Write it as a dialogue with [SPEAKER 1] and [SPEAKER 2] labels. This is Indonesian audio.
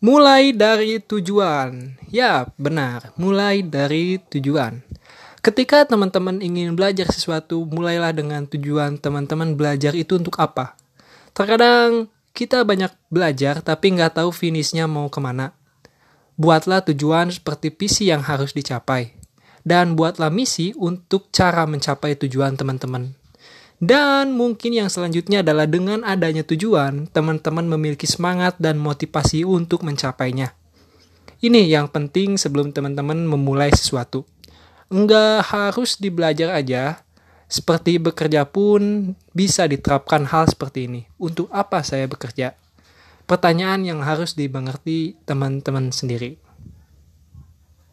[SPEAKER 1] Mulai dari tujuan. Ya, benar. Mulai dari tujuan. Ketika teman-teman ingin belajar sesuatu, mulailah dengan tujuan teman-teman belajar itu untuk apa. Terkadang kita banyak belajar tapi nggak tahu finishnya mau kemana. Buatlah tujuan seperti visi yang harus dicapai. Dan buatlah misi untuk cara mencapai tujuan teman-teman. Dan mungkin yang selanjutnya adalah dengan adanya tujuan, teman-teman memiliki semangat dan motivasi untuk mencapainya. Ini yang penting sebelum teman-teman memulai sesuatu. Enggak harus dibelajar aja, seperti bekerja pun bisa diterapkan hal seperti ini. Untuk apa saya bekerja? Pertanyaan yang harus dimengerti teman-teman sendiri.